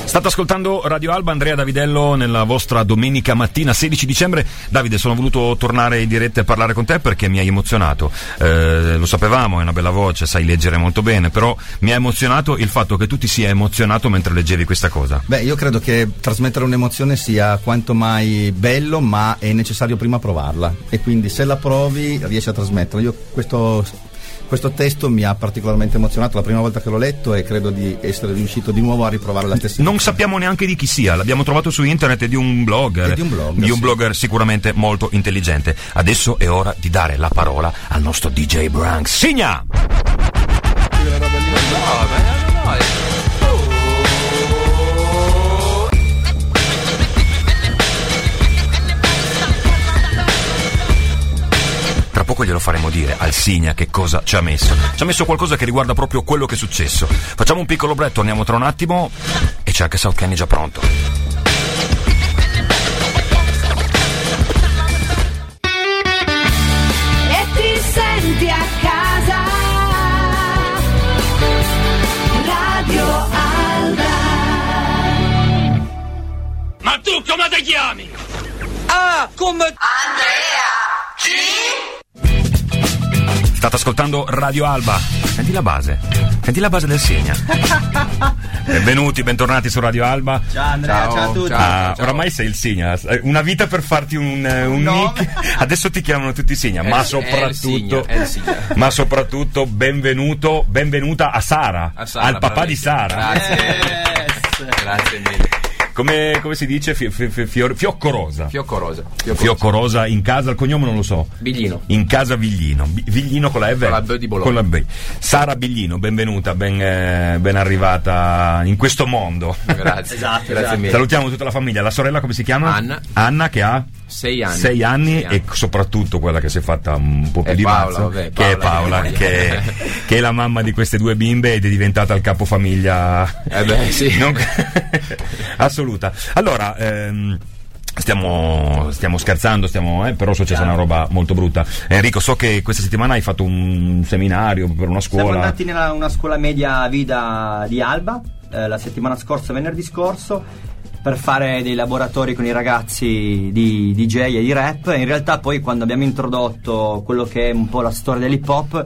State ascoltando Radio Alba, Andrea Davidello nella vostra domenica mattina 16 dicembre. Davide, sono voluto tornare in diretta e parlare con te perché mi hai emozionato. Lo sapevamo, hai una bella voce, sai leggere molto bene, però mi ha emozionato il fatto che tu ti sia emozionato mentre leggevi questa cosa. Beh, io credo che trasmettere un'emozione sia quanto mai bello, ma è necessario prima provarla, e quindi se la provi riesci a trasmetterla. Io questo testo mi ha particolarmente emozionato la prima volta che l'ho letto e credo di essere riuscito di nuovo a riprovare la stessa Non sappiamo neanche di chi sia, l'abbiamo trovato su internet, di un blogger, sì. Blogger sicuramente molto intelligente. Adesso è ora di dare la parola al nostro DJ Brank. Signa! Tra poco glielo faremo dire al Signa che cosa ci ha messo. Ci ha messo qualcosa che riguarda proprio quello che è successo. Facciamo un piccolo break, torniamo tra un attimo e c'è anche South Kenny già pronto. E ti senti a casa, Radio Alba. Ma tu come ti chiami? Ah, come Andrea G. State ascoltando Radio Alba. Senti la base del Signa. Benvenuti, bentornati su Radio Alba. Ciao Andrea, ciao a tutti. Ciao. Oramai sei il Signa, una vita per farti un nick. Adesso ti chiamano tutti Signa, ma soprattutto benvenuta a Sara, al papà di Sara. Grazie mille. Come si dice? Fioccorosa. Fioccorosa in casa, il cognome non lo so. Biglino. In casa Viglino. Viglino con la V. Con la B di Bologna. Con la B. Sara Biglino, benvenuta, ben arrivata in questo mondo. Grazie. Grazie mille. Salutiamo tutta la famiglia. La sorella come si chiama? Anna che ha 6 anni. 6 anni e soprattutto quella che si è fatta un po' più di mazzo, che è Paola, che è la mamma di queste due bimbe ed è diventata il capofamiglia. Sì. Assoluta. Allora, stiamo scherzando, però è successa una roba molto brutta. Enrico, so che questa settimana hai fatto un seminario per una scuola. Siamo andati nella una scuola media Vida di Alba la settimana scorsa, venerdì scorso, per fare dei laboratori con i ragazzi di DJ e di rap. In realtà poi quando abbiamo introdotto quello che è un po' la storia dell'hip hop,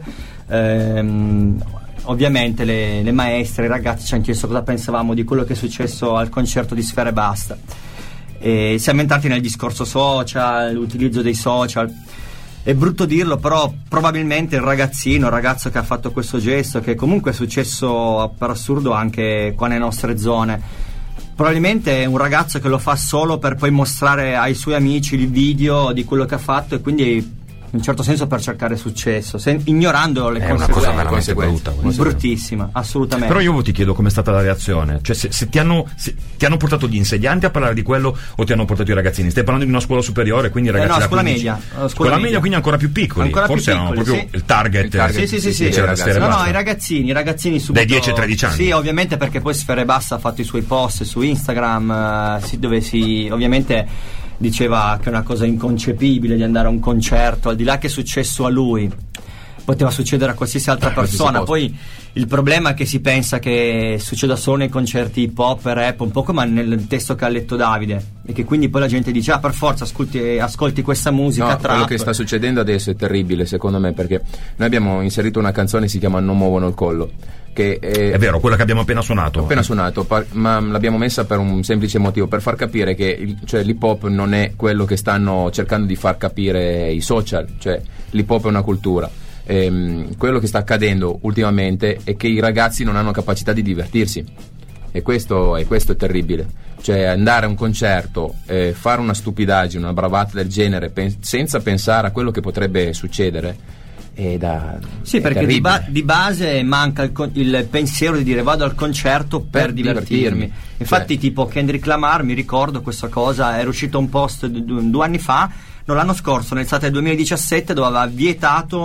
ovviamente le maestre, i ragazzi ci hanno chiesto cosa pensavamo di quello che è successo al concerto di Sfera Ebbasta, e siamo entrati nel discorso social, l'utilizzo dei social. È brutto dirlo, però probabilmente il ragazzo che ha fatto questo gesto, che comunque è successo per assurdo anche qua nelle nostre zone, probabilmente è un ragazzo che lo fa solo per poi mostrare ai suoi amici il video di quello che ha fatto, e quindi in un certo senso per cercare successo, ignorando le conseguenze. È una cosa veramente brutta, bruttissima, assolutamente. Però io ti chiedo com'è stata la reazione, cioè se ti hanno portato gli insegnanti a parlare di quello o ti hanno portato i ragazzini? Stai parlando di una scuola superiore, quindi ragazzi scuola media. Scuola media, quindi ancora più piccoli. Forse erano proprio sì. Il target. Sì. No, i ragazzini subito. Dai 10 ai 13 anni. Sì, ovviamente, perché poi Sfera Bassa ha fatto i suoi post su Instagram, dove ovviamente diceva che è una cosa inconcepibile di andare a un concerto, al di là che è successo a lui, poteva succedere a qualsiasi altra persona. Poi il problema è che si pensa che succeda solo nei concerti hip hop e rap, un po' come nel testo che ha letto Davide, e che quindi poi la gente dice per forza ascolti questa musica trap. Quello che sta succedendo adesso è terribile secondo me, perché noi abbiamo inserito una canzone che si chiama Non muovono il collo, che è vero, quella che abbiamo appena suonato, ma l'abbiamo messa per un semplice motivo, per far capire che l'hip hop non è quello che stanno cercando di far capire i social, cioè l'hip hop è una cultura. Quello che sta accadendo ultimamente è che i ragazzi non hanno capacità di divertirsi, e questo è terribile. Cioè andare a un concerto, fare una stupidaggine, una bravata del genere senza pensare a quello che potrebbe succedere sì, perché di base manca il pensiero di dire vado al concerto per divertirmi. Infatti tipo Kendrick Lamar, mi ricordo questa cosa, era uscito un post 2 anni fa, non l'anno scorso, nell'estate del 2017, dove aveva vietato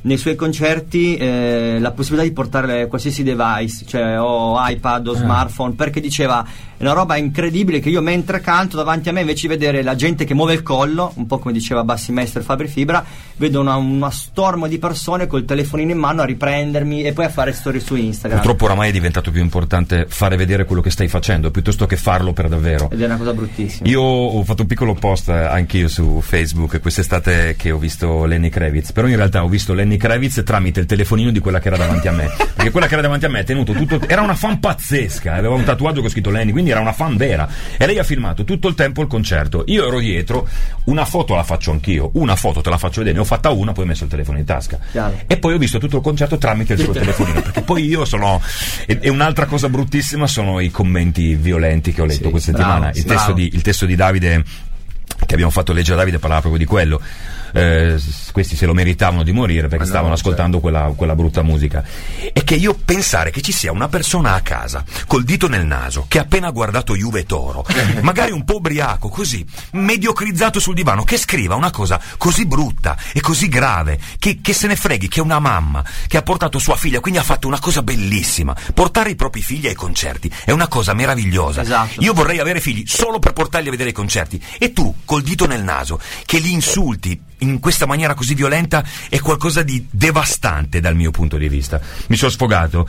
nei suoi concerti la possibilità di portare qualsiasi device, cioè o iPad o smartphone, perché diceva è una roba incredibile che io mentre canto davanti a me, invece di vedere la gente che muove il collo, un po' come diceva Bassi Maestro e Fabri Fibra, vedo una stormo di persone col telefonino in mano a riprendermi e poi a fare storie su Instagram. Purtroppo oramai è diventato più importante fare vedere quello che stai facendo piuttosto che farlo per davvero, ed è una cosa bruttissima. Io ho fatto un piccolo post anch'io su Facebook quest'estate che ho visto Lenny Kravitz, però in realtà ho visto Lenny Kravitz tramite il telefonino di quella che era davanti a me, perché quella che era davanti a me ha tenuto tutto, era una fan pazzesca, aveva un tatuaggio con scritto Lenny, quindi era una fan vera, e lei ha filmato tutto il tempo il concerto. Io ero dietro, una foto la faccio anch'io, una foto te la faccio vedere, ne ho fatta una, poi ho messo il telefono in tasca. Chiaro. E poi ho visto tutto il concerto tramite il suo telefonino, perché poi io sono, e un'altra cosa bruttissima sono i commenti violenti che ho letto questa settimana. Il testo di Davide che abbiamo fatto leggere a Davide parlava proprio di quello. Questi se lo meritavano di morire perché stavano ascoltando quella brutta musica. E che io pensare che ci sia una persona a casa col dito nel naso che ha appena guardato Juve Toro, magari un po' ubriaco, così mediocrizzato sul divano, che scriva una cosa così brutta e così grave, che se ne freghi, che è una mamma che ha portato sua figlia, quindi ha fatto una cosa bellissima. Portare i propri figli ai concerti è una cosa meravigliosa. Esatto. Io vorrei avere figli solo per portarli a vedere i concerti, e tu col dito nel naso che li insulti in questa maniera così violenta è qualcosa di devastante dal mio punto di vista. Mi sono sfogato.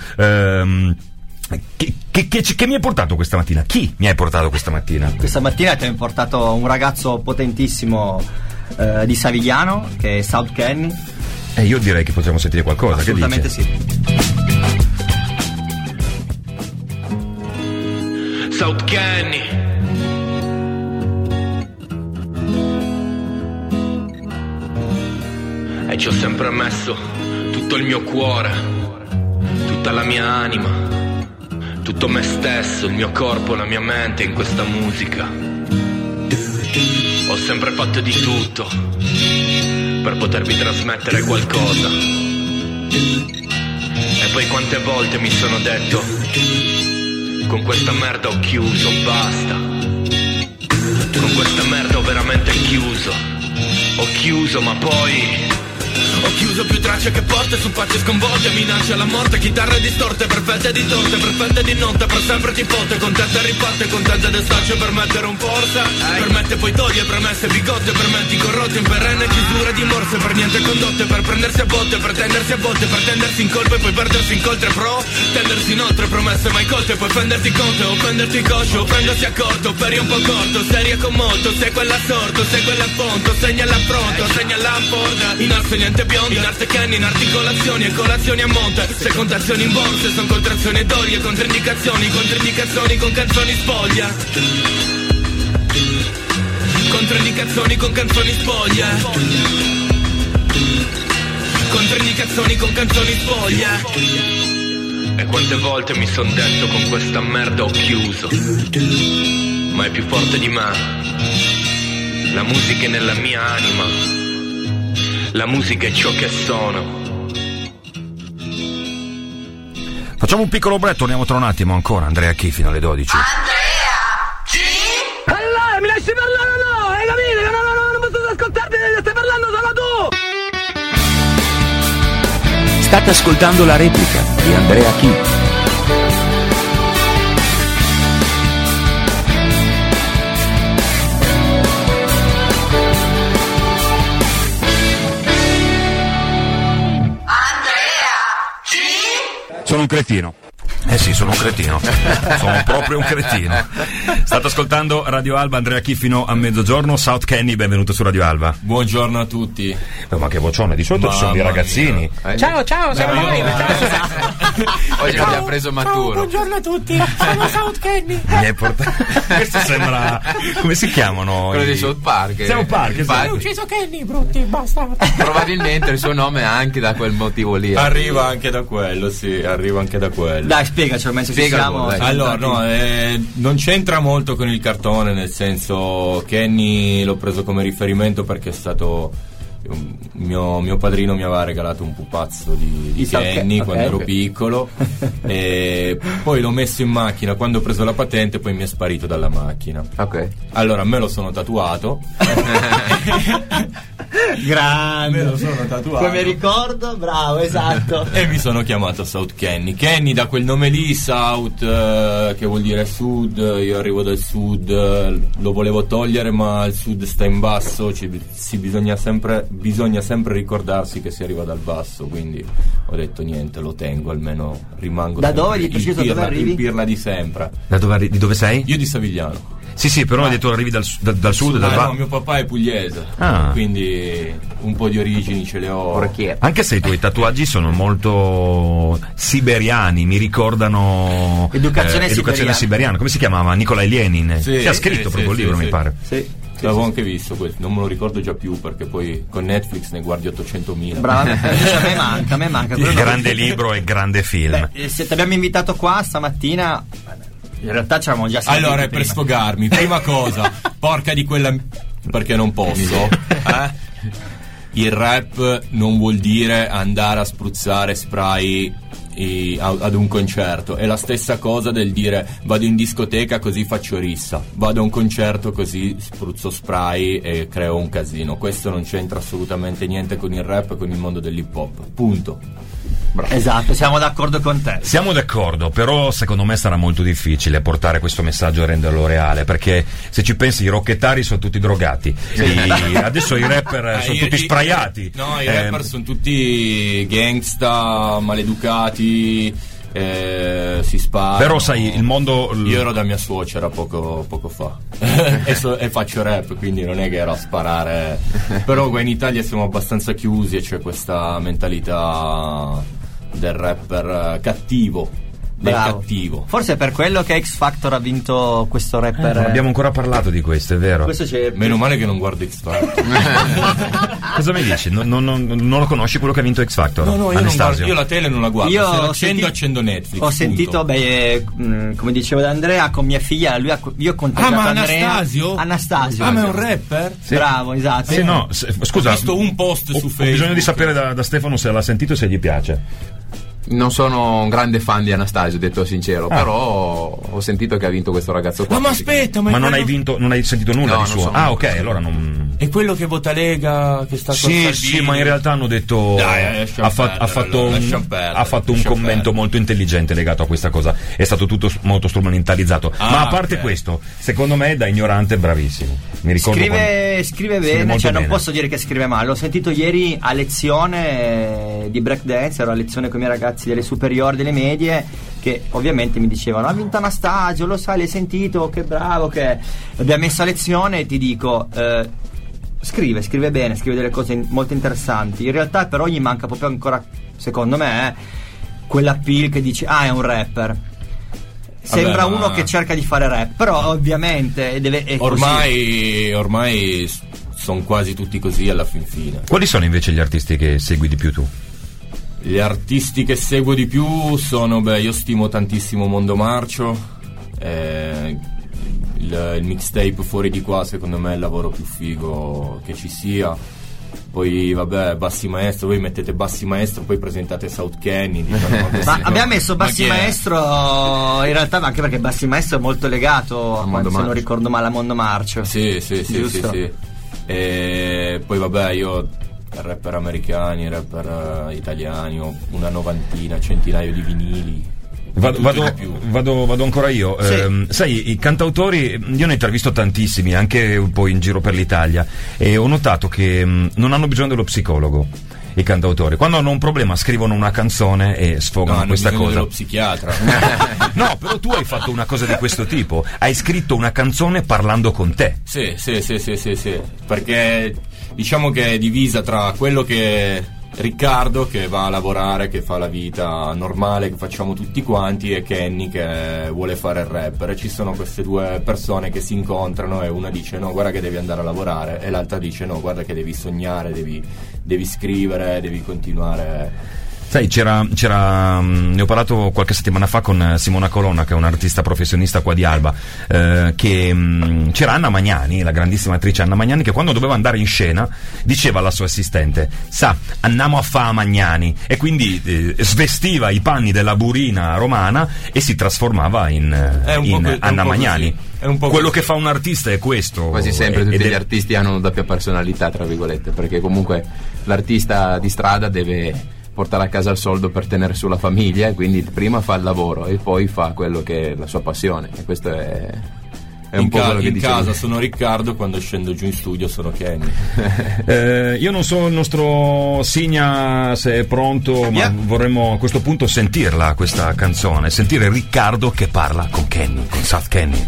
Che mi hai portato questa mattina? Chi mi hai portato questa mattina? Questa mattina ti ho portato un ragazzo potentissimo di Savigliano, che è South Kenny. Io direi che possiamo sentire qualcosa. Assolutamente che dice? Sì. South Kenny. E ci ho sempre messo tutto il mio cuore, tutta la mia anima, tutto me stesso, il mio corpo, la mia mente in questa musica. Ho sempre fatto di tutto per potervi trasmettere qualcosa. E poi quante volte mi sono detto, con questa merda ho chiuso, basta. Con questa merda ho veramente chiuso. Ho chiuso, ma poi ho chiuso più tracce che porte su facce sconvolte, minacce alla morte, chitarre distorte, perfette di torte, perfette di notte, per sempre ti fotte, contente rifatte, contente d'estarci per mettere un forza, permette poi toglie premesse, bigotte, permetti corrotti, in perenne chiusure di morse, per niente condotte, per prendersi a botte, per tendersi a botte, per tendersi in colpa e poi perdersi in coltre pro, tendersi inoltre, promesse mai colte, poi fenderti conto, offenderti coscio, offendersi accorto, peri un po' corto, seria con molto, sei quella sorto, sei quella fonto, segna l'affronto, segna la porta, in alto niente biondo, in arte Kenny, in articolazioni e colazioni a monte, se contrazioni in borse, son contrazioni e doglie, controindicazioni con canzoni spoglia, controindicazioni con canzoni spoglia, controindicazioni con canzoni spoglia. E quante volte mi son detto, con questa merda ho chiuso, ma è più forte di me, la musica è nella mia anima, la musica è ciò che sono. Facciamo un piccolo break, torniamo tra un attimo ancora. Andrea Chi fino alle 12. Allora, mi lasci parlare o no? Hai capito? Che non posso ascoltarti, stai parlando solo tu! State ascoltando la replica di Andrea Chi. Sono un cretino. Sì, sono un cretino. Sono proprio un cretino. State ascoltando Radio Alba, Andrea Chi fino a mezzogiorno. South Kenny, benvenuto su Radio Alba. Buongiorno a tutti. Ma che vocione, di solito ci sono dei ragazzini. Ciao, siamo noi. Oggi abbiamo preso maturo. Buongiorno a tutti, sono South Kenny. Mi hai portato. Questo sembra. Come si chiamano? Quello di South Park. South Park, Hai ucciso Kenny, brutti, basta. Probabilmente il suo nome è anche da quel motivo lì. Arriva anche da quello, sì, arriva anche da quello. Dai, spiegaci, almeno se siamo. Allora, no, non c'entra molto con il cartone, nel senso Kenny l'ho preso come riferimento perché è stato Mio padrino mi aveva regalato un pupazzo di Kenny quando ero piccolo e poi l'ho messo in macchina quando ho preso la patente, poi mi è sparito dalla macchina. Ok. Allora me lo sono tatuato. Grande, me lo sono tatuato. come ricordo, bravo, esatto. E mi sono chiamato South Kenny. Kenny da quel nome lì, South, che vuol dire sud. Io arrivo dal sud, lo volevo togliere, ma il sud sta in basso. Bisogna sempre ricordarsi che si arriva dal basso. Quindi ho detto niente, lo tengo, almeno rimango. Da dove? Di preciso dove arrivi? Il Pirla di sempre. Di dove sei? Io di Savigliano. Sì, però hai detto arrivi dal sud, no, mio papà è pugliese, quindi un po' di origini ce le ho. Anche se i tuoi tatuaggi sono molto siberiani, mi ricordano Educazione siberiana. Come si chiamava? Nikolai Lenin, che ha scritto proprio il libro, mi pare. L'avevo anche visto questo, non me lo ricordo già più perché poi con Netflix ne guardi 800.000. Bravo, a me manca. Grande libro e grande film. Se ti abbiamo invitato qua stamattina, in realtà ci eravamo già sentiti. Allora, è per sfogarmi, prima cosa, porca di quella, perché non posso. Il rap non vuol dire andare a spruzzare spray ad un concerto. È la stessa cosa del dire vado in discoteca così faccio rissa, vado a un concerto così spruzzo spray e creo un casino. Questo non c'entra assolutamente niente con il rap e con il mondo dell'hip hop, punto. Bravo. Esatto, siamo d'accordo con te. Siamo d'accordo, però secondo me sarà molto difficile portare questo messaggio e renderlo reale, perché se ci pensi i rocchettari sono tutti drogati, adesso i rapper sono tutti sprayati. No, i rapper sono tutti gangsta, maleducati, si sparano. Però sai, il mondo... Io ero da mia suocera poco fa e faccio rap, quindi non è che ero a sparare. Però qua in Italia siamo abbastanza chiusi e c'è questa mentalità del rapper cattivo, del cattivo. Forse è per quello che X Factor ha vinto questo rapper. Non abbiamo ancora parlato di questo, è vero. Questo c'è... Meno male che non guardo X Factor. Cosa mi dici? Non lo conosci quello che ha vinto X Factor? No, io la tele non la guardo. Io accendo Netflix. Ho sentito, come dicevo da Andrea, con mia figlia, io ho contattato Andrea. Anastasio. Ma è un rapper? Sì. Bravo, esatto. Sì, no, scusa. Ho visto un post su Facebook. Ho bisogno di sapere da Stefano se l'ha sentito e se gli piace. Non sono un grande fan di Anastasio, detto sincero, però ho sentito che ha vinto questo ragazzo qua. Ma aspetta, ma non hai sentito nulla di suo? Ok, allora non. È quello che vota Lega, che sta con Salvini. Sì, ma in realtà hanno detto ha fatto un commento molto intelligente legato a questa cosa. È stato tutto molto strumentalizzato. Ma a parte questo, secondo me da ignorante bravissimo. Mi ricordo scrive bene, cioè non posso dire che scrive male. L'ho sentito ieri a lezione di breakdance, ero a lezione con i miei ragazzi delle superiori, delle medie, che ovviamente mi dicevano ha vinto Anastasio, lo sai, l'hai sentito, che bravo che è. L'abbiamo messo a lezione e ti dico scrive bene, scrive delle cose molto interessanti. In realtà però gli manca proprio ancora, secondo me, quell'appeal che dici è un rapper. Sembra uno che cerca di fare rap, però ovviamente è ormai sono quasi tutti così alla fin fine. Quali sono invece gli artisti che segui di più tu? Gli artisti che seguo di più sono, io stimo tantissimo Mondo Marcio, il mixtape Fuori di qua secondo me è il lavoro più figo che ci sia. Poi Bassi Maestro, voi mettete Bassi Maestro, poi presentate South Kenny. Ma abbiamo messo Bassi Maestro in realtà anche perché Bassi Maestro è molto legato a quando, se non ricordo male, a Mondo Marcio. Sì. E poi io rapper americani, rapper italiani, ho una novantina, centinaio di vinili. Vado ancora io. Sì. Sai, i cantautori, io ne intervisto tantissimi, anche poi in giro per l'Italia, e ho notato che non hanno bisogno dello psicologo. I cantautori, quando hanno un problema, scrivono una canzone e sfogano questa cosa. Dello psichiatra. No, però tu hai fatto una cosa di questo tipo. Hai scritto una canzone parlando con te. Sì. Perché diciamo che è divisa tra quello che Riccardo, che va a lavorare, che fa la vita normale che facciamo tutti quanti, e Kenny, che vuole fare il rapper. E ci sono queste due persone che si incontrano e una dice no, guarda che devi andare a lavorare, e l'altra dice no, guarda che devi sognare, devi scrivere, devi continuare. Sai, ne ho parlato qualche settimana fa con Simona Colonna, che è un'artista professionista qua di Alba, che c'era Anna Magnani, la grandissima attrice Anna Magnani, che quando doveva andare in scena diceva alla sua assistente: sa, andiamo a fa Magnani, e quindi svestiva i panni della burina romana e si trasformava in Anna Magnani. Quello che fa un artista è questo. Quasi sempre tutti gli artisti hanno una doppia personalità, tra virgolette, perché comunque l'artista di strada deve portare a casa il soldo per tenere su la famiglia, e quindi prima fa il lavoro e poi fa quello che è la sua passione, e questo è un po' quello che in casa dicevi. Sono Riccardo, quando scendo giù in studio sono Kenny. Io non so il nostro Signa se è pronto, ma vorremmo a questo punto sentirla questa canzone, sentire Riccardo che parla con Kenny, con South Kenny.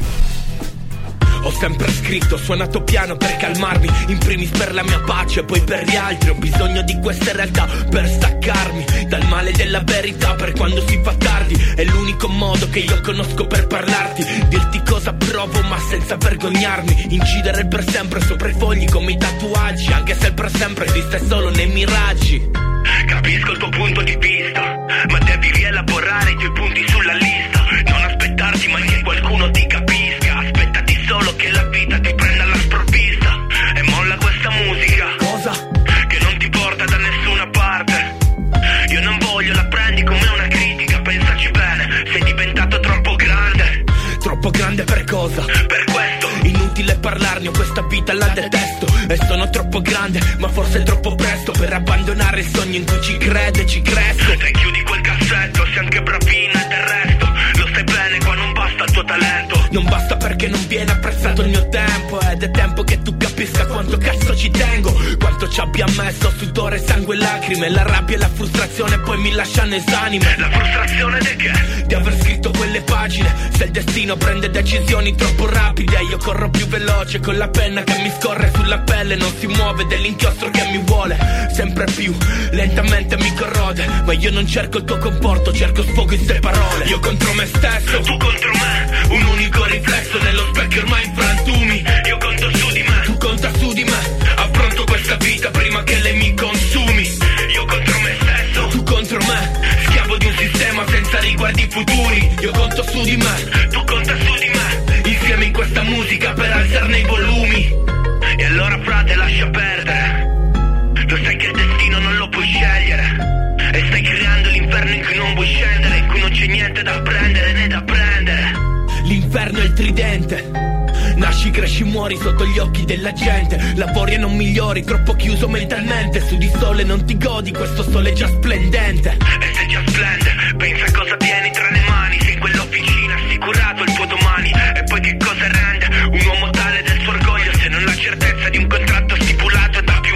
Ho sempre scritto, suonato piano per calmarmi, in primis per la mia pace, poi per gli altri. Ho bisogno di queste realtà per staccarmi dal male della verità, per quando si fa tardi. È l'unico modo che io conosco per parlarti, dirti cosa provo ma senza vergognarmi, incidere il per sempre sopra i fogli come i tatuaggi, anche se il per sempre esiste solo nei miraggi. Capisco il tuo punto di vista, ma devi rielaborare i tuoi punti sulla lista. Non aspettarti mai che qualcuno ti capisca, aspettati solo che la vita ti prenda alla sprovvista e molla questa musica. Cosa? Che non ti porta da nessuna parte. Io non voglio la prendi come una critica, pensaci bene, sei diventato troppo grande. Troppo grande per cosa? Per questo. Inutile parlarne, ho questa vita la detesto e sono troppo grande, ma forse è troppo presto per abbandonare il sogno in cui ci crede, ci cresco. Se chiudi quel cassetto sei anche bravina e del resto lo sai bene, qua non basta il tuo talento. Non basta perché non viene apprezzato il mio tempo, ed è tempo che tu capisca quanto cazzo ci tengo, quanto ci abbia messo sudore, sangue e lacrime. La rabbia e la frustrazione poi mi lasciano esanime. La frustrazione di che? Di aver scritto quelle pagine. Se il destino prende decisioni troppo rapide, io corro più veloce con la penna che mi scorre sulla pelle, non si muove dell'inchiostro che mi vuole sempre più lentamente mi corrode. Ma io non cerco il tuo comporto, cerco sfogo in ste parole. Io contro me stesso, tu contro me, un unico riflesso nello specchio ormai in frantumi. Io conto su di me, tu conta su di me, affronto questa vita prima che lei mi consumi. Io contro me stesso, tu contro me, schiavo di un sistema senza riguardi futuri. Io conto su di me, tu conta su di me, insieme in questa musica per alzarne i volumi. E allora frate lascia perdere, lo sai che il destino non lo puoi scegliere, e stai creando l'inferno in cui non vuoi scendere, in cui non c'è niente da prendere né da prendere. L'inferno è il tridente, nasci, cresci, muori sotto gli occhi della gente. Lavori e non migliori, troppo chiuso mentalmente. Su di sole non ti godi, questo sole è già splendente. E se già splende, pensa a cosa tieni tra le mani. Sei in quell'officina, assicurato il tuo domani. E poi che cosa rende un uomo tale del suo orgoglio, se non la certezza di un contratto stipulato da più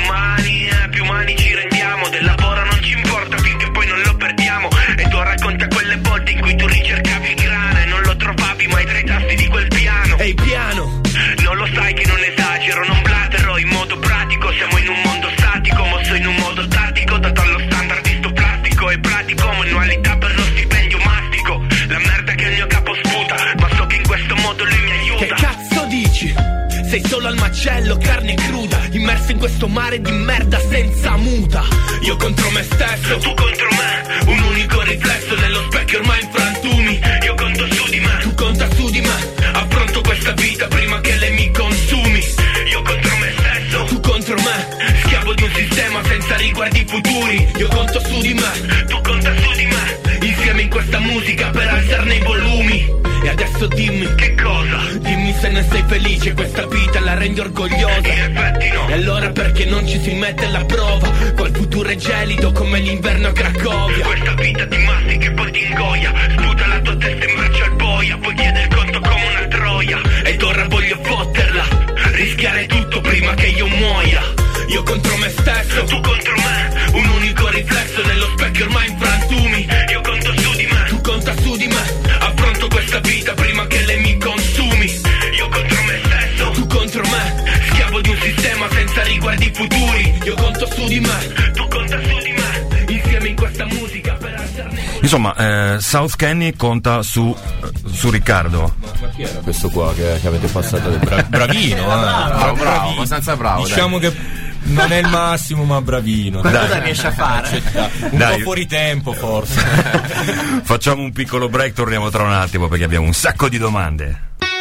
mani ci rendiamo. Del lavoro non ci importa finché poi non lo perdiamo. E tu racconta quelle volte in cui tu ricercavi il grano e non lo trovavi mai tra i tasti di quel piano. Ehi piano, non lo sai che non esagero, non blatero, in modo pratico siamo in un mondo statico, mosso in un modo tattico, dato allo standard di sto plastico e pratico manualità per lo stipendio mastico. La merda che il mio capo sputa, ma so che in questo modo lui mi aiuta. Che cazzo dici? Sei solo al macello, carne cruda, immerso in questo mare di merda senza muta. Io contro me stesso, tu contro me, un unico riflesso nello specchio ormai in frantumi. Io conto su di me, tu conta su di me, affronto questa vita prima che lei mi consumi. Io contro me stesso, tu contro me, schiavo di un sistema senza riguardi futuri. Io conto su di me, tu conta su di me, insieme in questa musica per alzarne i volumi. E adesso dimmi che cosa? Dimmi se ne sei felice, questa vita la rendi orgogliosa. In effetti no. E allora perché non ci si mette alla prova? Qual futuro è gelido come l'inverno a Cracovia. Questa vita ti mastica e poi ti ingoia, sputa la tua testa in braccio al boia, poi chiede il conto come una troia. Ed ora voglio fotterla, rischiare tutto prima che io muoia. Io contro me stesso, tu contro me, un unico riflesso nello specchio ormai in frantumi. Io conto su di me, tu conta su di me, affronto questa vita prima che lei mi consumi. Io contro me stesso, tu contro me, schiavo di un sistema senza riguardi futuri. Io conto su di me, tu conta su di me, insieme in questa musica per alzarne. Insomma, South Kenny conta su Riccardo. Ma chi era questo qua che avete passato? Bravino, bravo, abbastanza bravo. Diciamo dai. che Non è il massimo, ma bravino. Cosa riesce a fare? Un po' fuori tempo, forse. Facciamo un piccolo break, torniamo tra un attimo perché abbiamo un sacco di domande.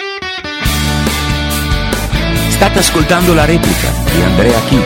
State ascoltando la replica di Andrea Chi.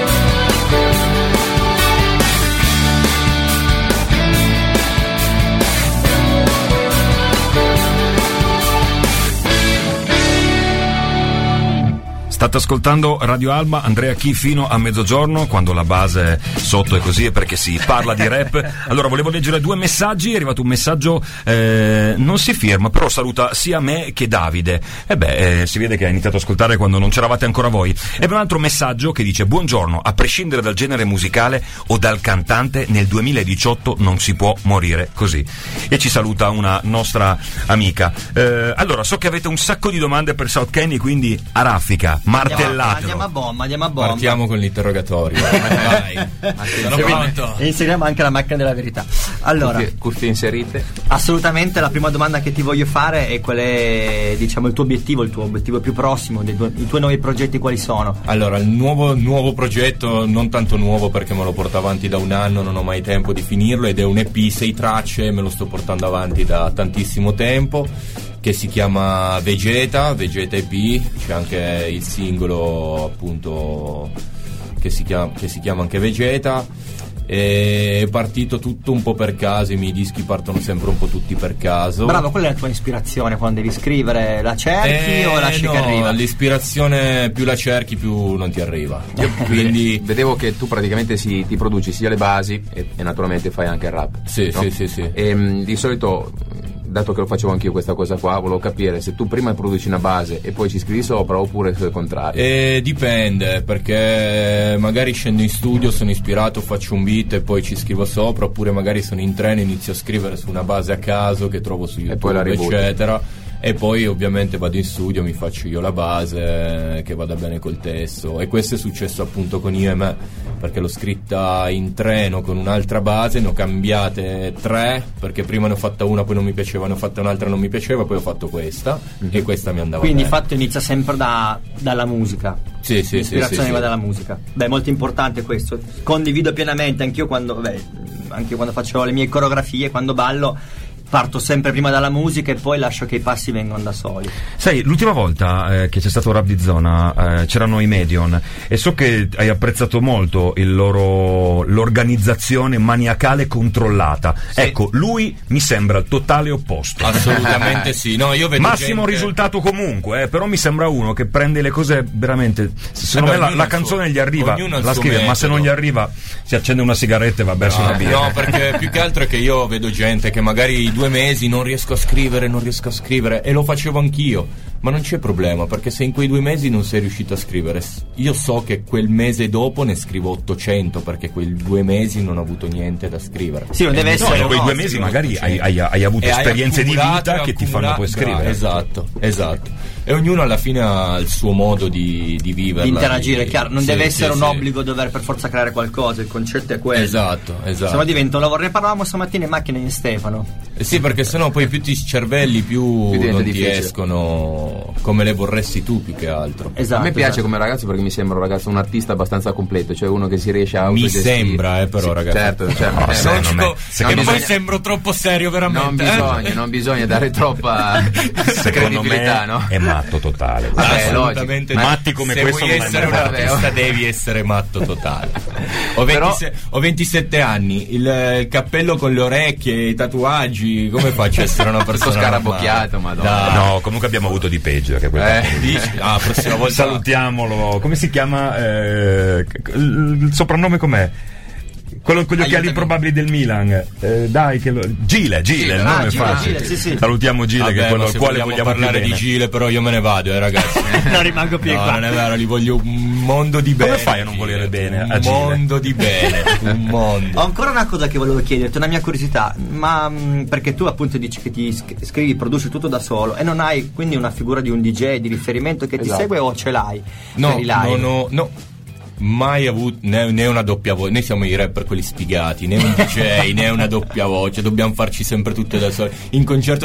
State ascoltando Radio Alba, Andrea Chi fino a mezzogiorno, quando la base sotto è così è perché si parla di rap. Allora volevo leggere 2 messaggi, è arrivato un messaggio, non si firma, però saluta sia me che Davide. Si vede che ha iniziato ad ascoltare quando non c'eravate ancora voi. E un altro messaggio che dice: buongiorno, a prescindere dal genere musicale o dal cantante, nel 2018 non si può morire così. E ci saluta una nostra amica. Allora, so che avete un sacco di domande per South Kenny, quindi a raffica. Martellatelo. Andiamo a bomba. Partiamo con l'interrogatorio. Vai. Sono pronto. E inseriamo anche la macchina della verità. Allora, cuffie inserite. Assolutamente, la prima domanda che ti voglio fare è qual è, diciamo, il tuo obiettivo più prossimo, i tuoi nuovi progetti quali sono? Allora, il nuovo progetto, non tanto nuovo perché me lo porto avanti da un anno, non ho mai tempo di finirlo, ed è un EP 6 tracce, me lo sto portando avanti da tantissimo tempo, che si chiama Vegeta EP. C'è anche il singolo appunto che si chiama anche Vegeta. È partito tutto un po' per caso, i miei dischi partono sempre un po' tutti per caso. Bravo, qual è la tua ispirazione quando devi scrivere? La cerchi o lasci che arriva? L'ispirazione più la cerchi più non ti arriva. Quindi vedevo che tu praticamente ti produci sia le basi e naturalmente fai anche il rap. Sì, no? sì. E di solito, dato che lo facevo anch'io questa cosa qua, volevo capire se tu prima produci una base e poi ci scrivi sopra oppure se è il contrario. Dipende, perché magari scendo in studio, sono ispirato, faccio un beat e poi ci scrivo sopra, oppure magari sono in treno e inizio a scrivere su una base a caso che trovo su YouTube, eccetera. E poi ovviamente vado in studio, mi faccio io la base che vada bene col testo. E questo è successo appunto con Io e Me, perché l'ho scritta in treno con un'altra base, ne ho cambiate 3, perché prima ne ho fatta una, poi non mi piaceva, ne ho fatta un'altra, non mi piaceva, poi ho fatto questa, e questa mi andava quindi bene. Fatto inizia sempre dalla musica. Sì, l'ispirazione va dalla musica. Beh, molto importante questo, condivido pienamente. Anche io quando faccio le mie coreografie, quando ballo, parto sempre prima dalla musica e poi lascio che i passi vengano da soli. Sai, l'ultima volta che c'è stato Rap di Zona c'erano i Medion, e so che hai apprezzato molto l'organizzazione maniacale controllata. Sì. Ecco, lui mi sembra il totale opposto. Assolutamente sì. No, io vedo massimo risultato comunque, però mi sembra uno che prende le cose veramente. Secondo me la canzone gli arriva, la scrive, metodo. Ma se non gli arriva si accende una sigaretta e va verso una birra. No, perché più che altro è che io vedo gente che magari 2 mesi non riesco a scrivere, e lo facevo anch'io, ma non c'è problema, perché se in quei 2 mesi non sei riuscito a scrivere, io so che quel mese dopo ne scrivo 800, perché quei 2 mesi non ho avuto niente da scrivere. Sì, non deve essere in quei 2 mesi magari hai avuto esperienze di vita che ti fanno poi scrivere. Esatto. E ognuno alla fine ha il suo modo di vivere, di interagire, chiaro, non deve essere un obbligo dover per forza creare qualcosa, il concetto è quello. Esatto. Se no diventa un lavoro. Ne parlavamo stamattina in macchina in Stefano. Sì, perché sennò poi più ti cervelli più non ti escono come le vorresti tu, più che altro. Esatto, a me piace come ragazzo, perché mi sembra un artista abbastanza completo, cioè uno che si riesce a autogestire. Mi sembra, però, sì, ragazzi. Certo. Poi sembro troppo serio, veramente. Non bisogna dare troppa credibilità, no? È matto totale. Assolutamente. Matti come se questo vuoi essere un artista devi essere matto totale. Ho 27 anni, il cappello con le orecchie, i tatuaggi, come faccio a essere una persona scarabocchiato, madonna. No, comunque abbiamo avuto di peggio che prossima volta salutiamolo. Come si chiama? Il soprannome com'è? Quello con gli occhiali improbabili del Milan, Gile, il nome è facile. Sì. Salutiamo Gile, che è quello al quale vogliamo parlare di Gile, però io me ne vado, ragazzi. Non rimango più qua. Non è vero, gli voglio un mondo di bene. Come fai a non volere bene a Gile? Un mondo di bene, un mondo. Ho ancora una cosa che volevo chiederti, una mia curiosità, ma perché tu appunto dici che ti scrivi, produci tutto da solo e non hai quindi una figura di un DJ di riferimento che ti segue, o ce l'hai? No. mai avuto né una doppia voce. Noi siamo i rapper quelli sfigati, né un DJ né una doppia voce, dobbiamo farci sempre tutte da soli. In concerto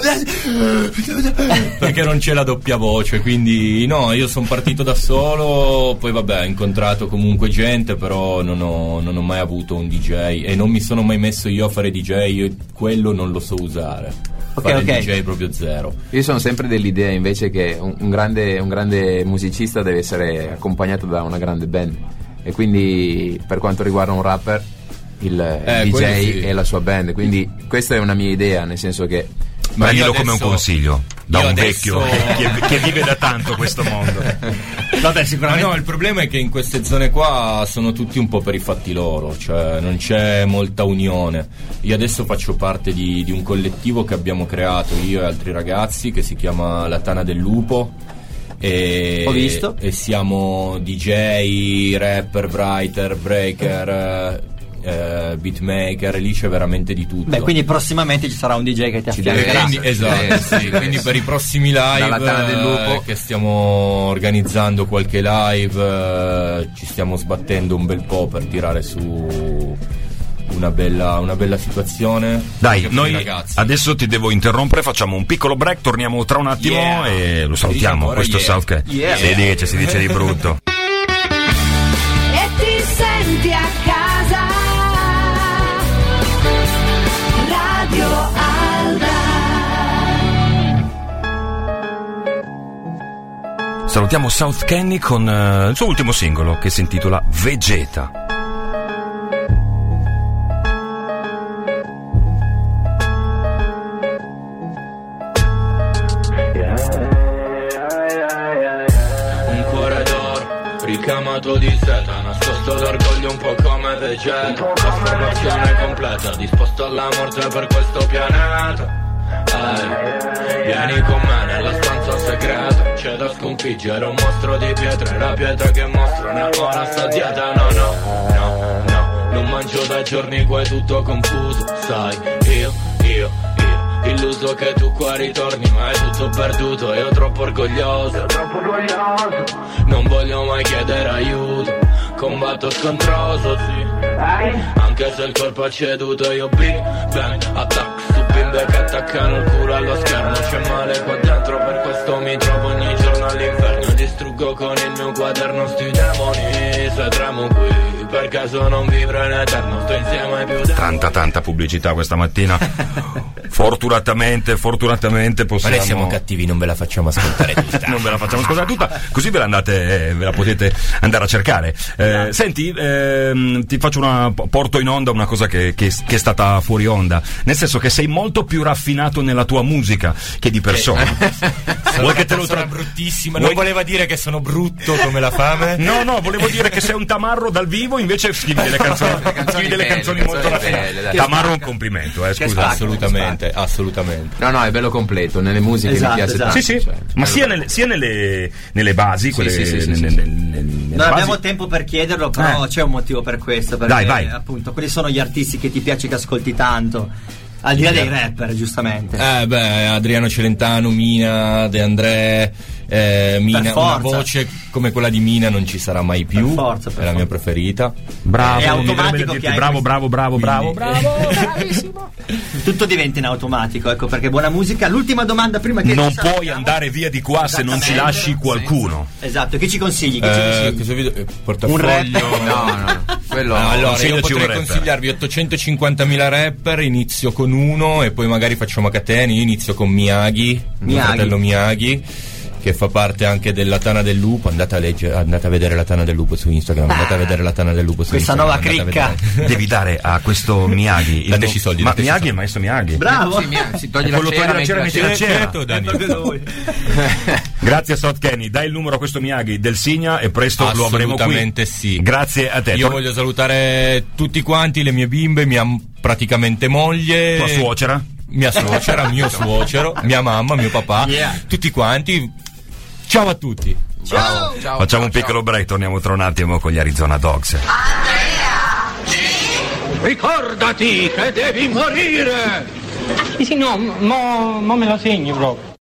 perché non c'è la doppia voce, quindi no, io sono partito da solo, poi vabbè, ho incontrato comunque gente, però non ho mai avuto un DJ e non mi sono mai messo io a fare DJ, io quello non lo so usare. Ok. DJ proprio zero. Io sono sempre dell'idea invece che un grande musicista deve essere accompagnato da una grande band, e quindi per quanto riguarda un rapper il DJ sì, e la sua band, quindi questa è una mia idea, nel senso che prendilo come un consiglio da un adesso... vecchio che vive da tanto questo mondo. Vabbè, sicuramente. No, il problema è che in queste zone qua sono tutti un po' per i fatti loro, cioè non c'è molta unione. Io adesso faccio parte di un collettivo che abbiamo creato io e altri ragazzi, che si chiama La Tana del Lupo, e ho visto, e siamo DJ, rapper, writer, breaker, beatmaker, lì c'è veramente di tutto. Beh, quindi prossimamente ci sarà un DJ che ti affiancherà. Esatto, sì, quindi per i prossimi live del Lupo, che stiamo organizzando qualche live, ci stiamo sbattendo un bel po' per tirare su una bella situazione. Dai, noi ragazzi. Adesso ti devo interrompere, facciamo un piccolo break, torniamo tra un attimo e lo salutiamo. Questo South Ken. Si dice di brutto. E ti senti a casa, Radio Alba. Salutiamo South Kenny con il suo ultimo singolo che si intitola Vegeta. Ricamato di seta, nascosto d'orgoglio un po' come Vegeta. Trasformazione completa, disposto alla morte per questo pianeta. Vieni con me nella stanza segreta, c'è da sconfiggere un mostro di pietra, la pietra che mostra una buona sta dieta. No, non mangio da giorni qua è tutto confuso, sai, io illuso che tu qua ritorni, ma è tutto perduto, io troppo orgoglioso. Non voglio mai chiedere aiuto, combatto scontroso, sì. Anche se il corpo ha ceduto, io Big Bang attacco su bimbe che attaccano il culo allo schermo. C'è male qua dentro, per questo mi trovo ogni giorno all'inferno. Distruggo con il mio quaderno sti demoni, se tremo qui, per caso non vivere in eterno, sto insieme ai più Tanta pubblicità questa mattina. Fortunatamente possiamo. Ma noi siamo cattivi, non ve la facciamo ascoltare tutta. Non ve la facciamo ascoltare tutta, così ve la potete andare a cercare. Senti, ti faccio porto in onda una cosa che è stata fuori onda, nel senso che sei molto più raffinato nella tua musica che di persona. Vuoi che te lo bruttissima? Non voleva dire che sono brutto come la fame? No, volevo dire che sei un tamarro dal vivo, invece scrivi delle canzoni molto raffinate. Tamarro è un complimento, scusa. Assolutamente. No, è bello completo. Nelle musiche mi piace tanto. Sì. Cioè, ma sia nelle basi, quelle non abbiamo tempo per chiederlo, però c'è un motivo per questo. Perché, vai. Appunto, quali sono gli artisti che ti piace che ascolti tanto? Al di là dei rapper, giustamente. Adriano Celentano, Mina, De André. Mina, una voce come quella di Mina non ci sarà mai più. È la mia preferita. Bravo, è automatico che bravo, bravissimo. Tutto diventa in automatico, ecco perché buona musica. L'ultima domanda prima che non puoi andare via di qua se non ci lasci qualcuno. Esatto, che ci consigli? Portafoglio. Un rapper? No. Quello allora io potrei consigliarvi 850.000 rapper, inizio con uno e poi magari facciamo a catene. Io inizio con Miyagi, mio fratello Miyagi, che fa parte anche della Tana del Lupo. Andate a vedere la Tana del Lupo su Instagram. Andate a vedere la Tana del Lupo su questa Instagram. Nuova cricca. Devi dare a questo Miyagi dateci soldi. Ma Miyagi è il maestro Miyagi. Bravo. Si toglie la cera, certo, Grazie a South Kenny. Dai il numero a questo Miyagi del Signa e presto lo avremo qui. Assolutamente sì. Grazie a te. Io voglio salutare tutti quanti, le mie bimbe, mia praticamente moglie, tua suocera, mia suocera, mio suocero, mia mamma, mio papà, tutti quanti. Ciao a tutti. Ciao. Facciamo un piccolo break, torniamo tra un attimo con gli Arizona Dogs. Ricordati che devi morire! Sì, no, mo me la segni proprio.